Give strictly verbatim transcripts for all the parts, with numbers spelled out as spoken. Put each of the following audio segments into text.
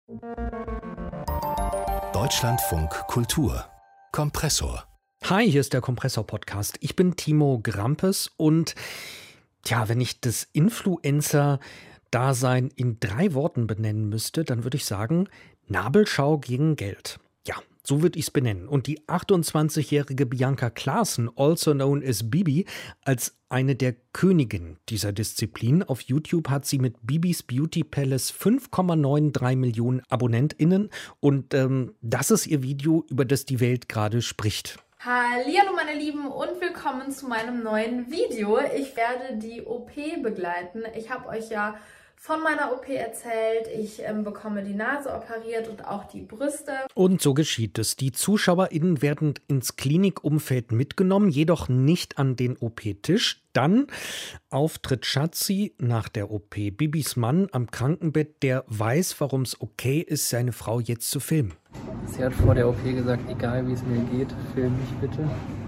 Deutschlandfunk Kultur Kompressor. Hi, hier ist der Kompressor-Podcast. Ich bin Timo Grampes und tja, wenn ich das Influencer-Dasein in drei Worten benennen müsste, dann würde ich sagen, Nabelschau gegen Geld. Ja, so würde ich es benennen. Und die achtundzwanzigjährige Bianca Klaassen, also known as Bibi, als eine der Königinnen dieser Disziplin. Auf YouTube hat sie mit Bibis Beauty Palace fünf Komma drei Millionen AbonnentInnen. Und ähm, das ist ihr Video, über das die Welt gerade spricht. Hallihallo meine Lieben und willkommen zu meinem neuen Video. Ich werde die O P begleiten. Ich habe euch ja von meiner O P erzählt. Ich ähm, bekomme die Nase operiert und auch die Brüste. Und so geschieht es. Die ZuschauerInnen werden ins Klinikumfeld mitgenommen, jedoch nicht an den O P-Tisch. Dann auftritt Schatzi nach der O P. Bibis Mann am Krankenbett, der weiß, warum es okay ist, seine Frau jetzt zu filmen. Sie hat vor der O P gesagt, egal wie es mir geht, film mich bitte.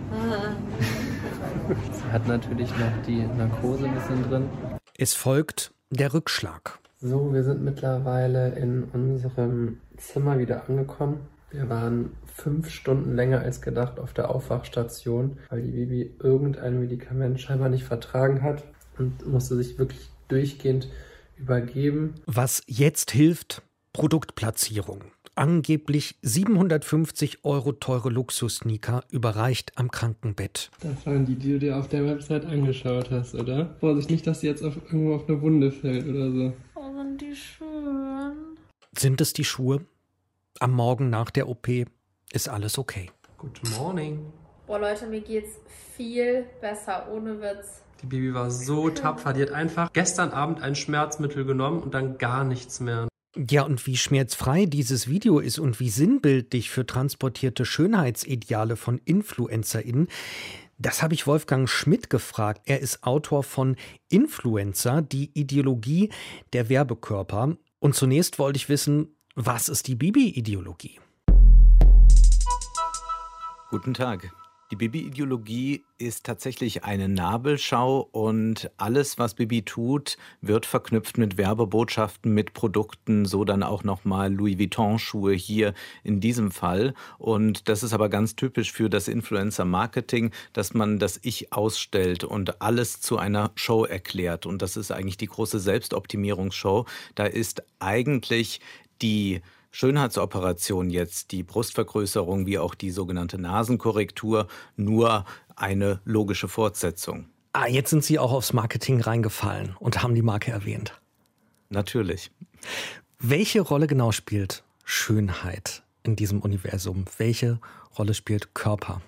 Sie hat natürlich noch die Narkose ein bisschen drin. Es folgt der Rückschlag. So, wir sind mittlerweile in unserem Zimmer wieder angekommen. Wir waren fünf Stunden länger als gedacht auf der Aufwachstation, weil die Bibi irgendein Medikament scheinbar nicht vertragen hat und musste sich wirklich durchgehend übergeben. Was jetzt hilft, Produktplatzierung. Angeblich siebenhundertfünfzig Euro teure Luxus-Sneaker überreicht am Krankenbett. Das waren die, die du dir auf der Website angeschaut hast, oder? Vorsicht, nicht, dass die jetzt auf, irgendwo auf eine Wunde fällt oder so. Oh, sind die schön. Sind es die Schuhe? Am Morgen nach der O P ist alles okay. Good morning. Boah Leute, mir geht's viel besser, ohne Witz. Die Bibi war so tapfer, die hat einfach gestern Abend ein Schmerzmittel genommen und dann gar nichts mehr. Ja, und wie schmerzfrei dieses Video ist und wie sinnbildlich für transportierte Schönheitsideale von InfluencerInnen, das habe ich Wolfgang Schmidt gefragt. Er ist Autor von Influencer, die Ideologie der Werbekörper. Und zunächst wollte ich wissen, was ist die Bibi-Ideologie? Guten Tag. Die Bibi-Ideologie ist tatsächlich eine Nabelschau und alles, was Bibi tut, wird verknüpft mit Werbebotschaften, mit Produkten, so dann auch nochmal Louis Vuitton-Schuhe hier in diesem Fall. Und das ist aber ganz typisch für das Influencer-Marketing, dass man das Ich ausstellt und alles zu einer Show erklärt. Und das ist eigentlich die große Selbstoptimierungsshow. Da ist eigentlich die Schönheitsoperation jetzt, die Brustvergrößerung wie auch die sogenannte Nasenkorrektur, nur eine logische Fortsetzung. Ah, jetzt sind Sie auch aufs Marketing reingefallen und haben die Marke erwähnt. Natürlich. Welche Rolle genau spielt Schönheit in diesem Universum? Welche Rolle spielt Körper?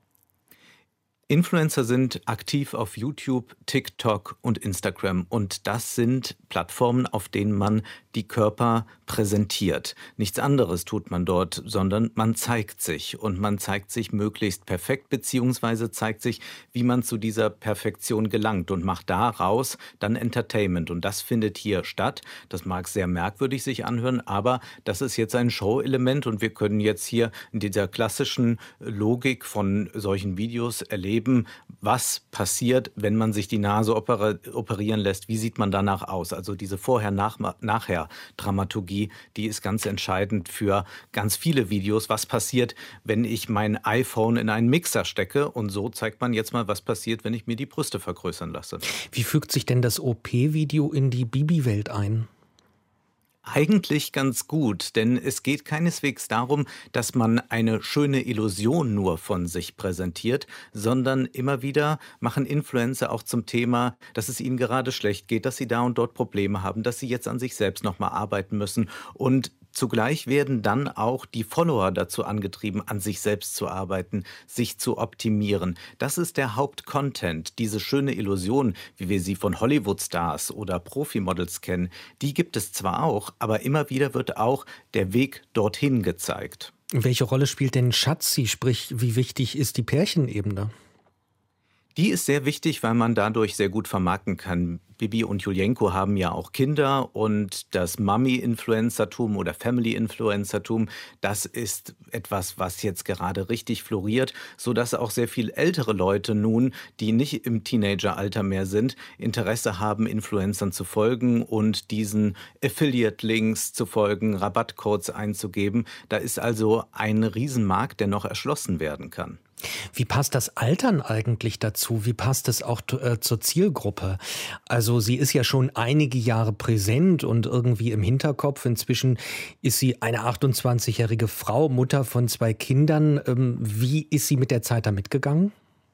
Influencer sind aktiv auf YouTube, TikTok und Instagram und das sind Plattformen, auf denen man die Körper präsentiert. Nichts anderes tut man dort, sondern man zeigt sich und man zeigt sich möglichst perfekt beziehungsweise zeigt sich, wie man zu dieser Perfektion gelangt und macht daraus dann Entertainment und das findet hier statt. Das mag sehr merkwürdig sich anhören, aber das ist jetzt ein Show-Element und wir können jetzt hier in dieser klassischen Logik von solchen Videos erleben, was passiert, wenn man sich die Nase operieren lässt, wie sieht man danach aus? Also diese Vorher-Nachher-Dramaturgie, die ist ganz entscheidend für ganz viele Videos. Was passiert, wenn ich mein iPhone in einen Mixer stecke? Und so zeigt man jetzt mal, was passiert, wenn ich mir die Brüste vergrößern lasse. Wie fügt sich denn das O P-Video in die Bibi-Welt ein? Eigentlich ganz gut, denn es geht keineswegs darum, dass man eine schöne Illusion nur von sich präsentiert, sondern immer wieder machen Influencer auch zum Thema, dass es ihnen gerade schlecht geht, dass sie da und dort Probleme haben, dass sie jetzt an sich selbst nochmal arbeiten müssen und zugleich werden dann auch die Follower dazu angetrieben, an sich selbst zu arbeiten, sich zu optimieren. Das ist der Hauptcontent. Diese schöne Illusion, wie wir sie von Hollywood-Stars oder Profimodels kennen, die gibt es zwar auch, aber immer wieder wird auch der Weg dorthin gezeigt. Welche Rolle spielt denn Schatzi? Sprich, wie wichtig ist die Pärchenebene? Die ist sehr wichtig, weil man dadurch sehr gut vermarkten kann. Bibi und Julienko haben ja auch Kinder und das Mummy-Influencertum oder Family-Influencertum, das ist etwas, was jetzt gerade richtig floriert, sodass auch sehr viel ältere Leute nun, die nicht im Teenageralter mehr sind, Interesse haben, Influencern zu folgen und diesen Affiliate-Links zu folgen, Rabattcodes einzugeben. Da ist also ein Riesenmarkt, der noch erschlossen werden kann. Wie passt das Altern eigentlich dazu? Wie passt es auch äh, zur Zielgruppe? Also sie ist ja schon einige Jahre präsent und irgendwie im Hinterkopf. Inzwischen ist sie eine achtundzwanzigjährige Frau, Mutter von zwei Kindern. Ähm, wie ist sie mit der Zeit da mitgegangen?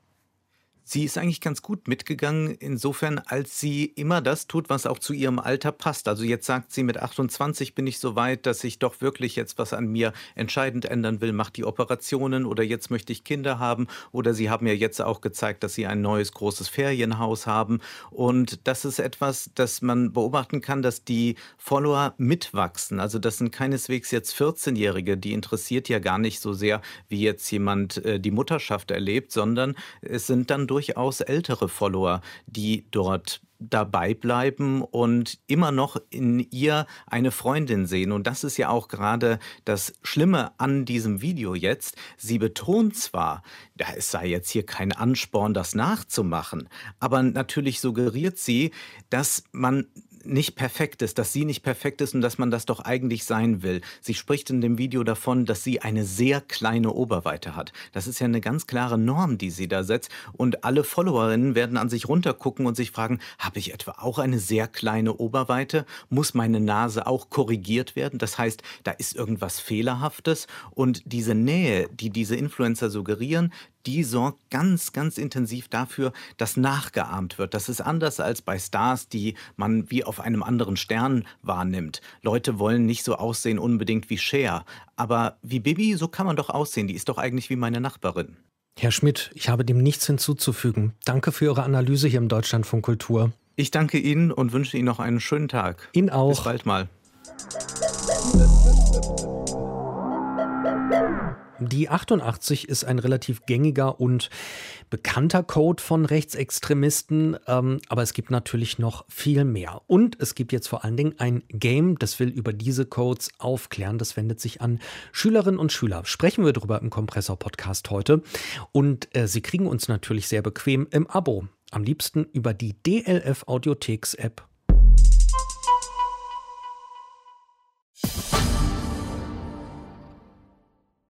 Sie ist eigentlich ganz gut mitgegangen, insofern, als sie immer das tut, was auch zu ihrem Alter passt. Also jetzt sagt sie, mit achtundzwanzig bin ich so weit, dass ich doch wirklich jetzt was an mir entscheidend ändern will, macht die Operationen oder jetzt möchte ich Kinder haben. Oder sie haben ja jetzt auch gezeigt, dass sie ein neues großes Ferienhaus haben. Und das ist etwas, das man beobachten kann, dass die Follower mitwachsen. Also das sind keineswegs jetzt vierzehnjährige, die interessiert ja gar nicht so sehr, wie jetzt jemand äh, die Mutterschaft erlebt, sondern es sind dann durchaus ältere Follower, die dort dabei bleiben und immer noch in ihr eine Freundin sehen. Und das ist ja auch gerade das Schlimme an diesem Video jetzt. Sie betont zwar, ja, es sei jetzt hier kein Ansporn, das nachzumachen, aber natürlich suggeriert sie, dass man nicht perfekt ist, dass sie nicht perfekt ist und dass man das doch eigentlich sein will. Sie spricht in dem Video davon, dass sie eine sehr kleine Oberweite hat. Das ist ja eine ganz klare Norm, die sie da setzt. Und alle Followerinnen werden an sich runtergucken und sich fragen, habe ich etwa auch eine sehr kleine Oberweite? Muss meine Nase auch korrigiert werden? Das heißt, da ist irgendwas Fehlerhaftes. Und diese Nähe, die diese Influencer suggerieren, die sorgt ganz, ganz intensiv dafür, dass nachgeahmt wird. Das ist anders als bei Stars, die man wie auf einem anderen Stern wahrnimmt. Leute wollen nicht so aussehen unbedingt wie Cher. Aber wie Bibi, so kann man doch aussehen. Die ist doch eigentlich wie meine Nachbarin. Herr Schmidt, ich habe dem nichts hinzuzufügen. Danke für Ihre Analyse hier im Deutschlandfunk Kultur. Ich danke Ihnen und wünsche Ihnen noch einen schönen Tag. Ihnen auch. Bis bald mal. Die achtundachtzig ist ein relativ gängiger und bekannter Code von Rechtsextremisten, ähm, aber es gibt natürlich noch viel mehr. Und es gibt jetzt vor allen Dingen ein Game, das will über diese Codes aufklären. Das wendet sich an Schülerinnen und Schüler. Sprechen wir darüber im Kompressor-Podcast heute. Und äh, Sie kriegen uns natürlich sehr bequem im Abo. Am liebsten über die D L F Audiotheks-App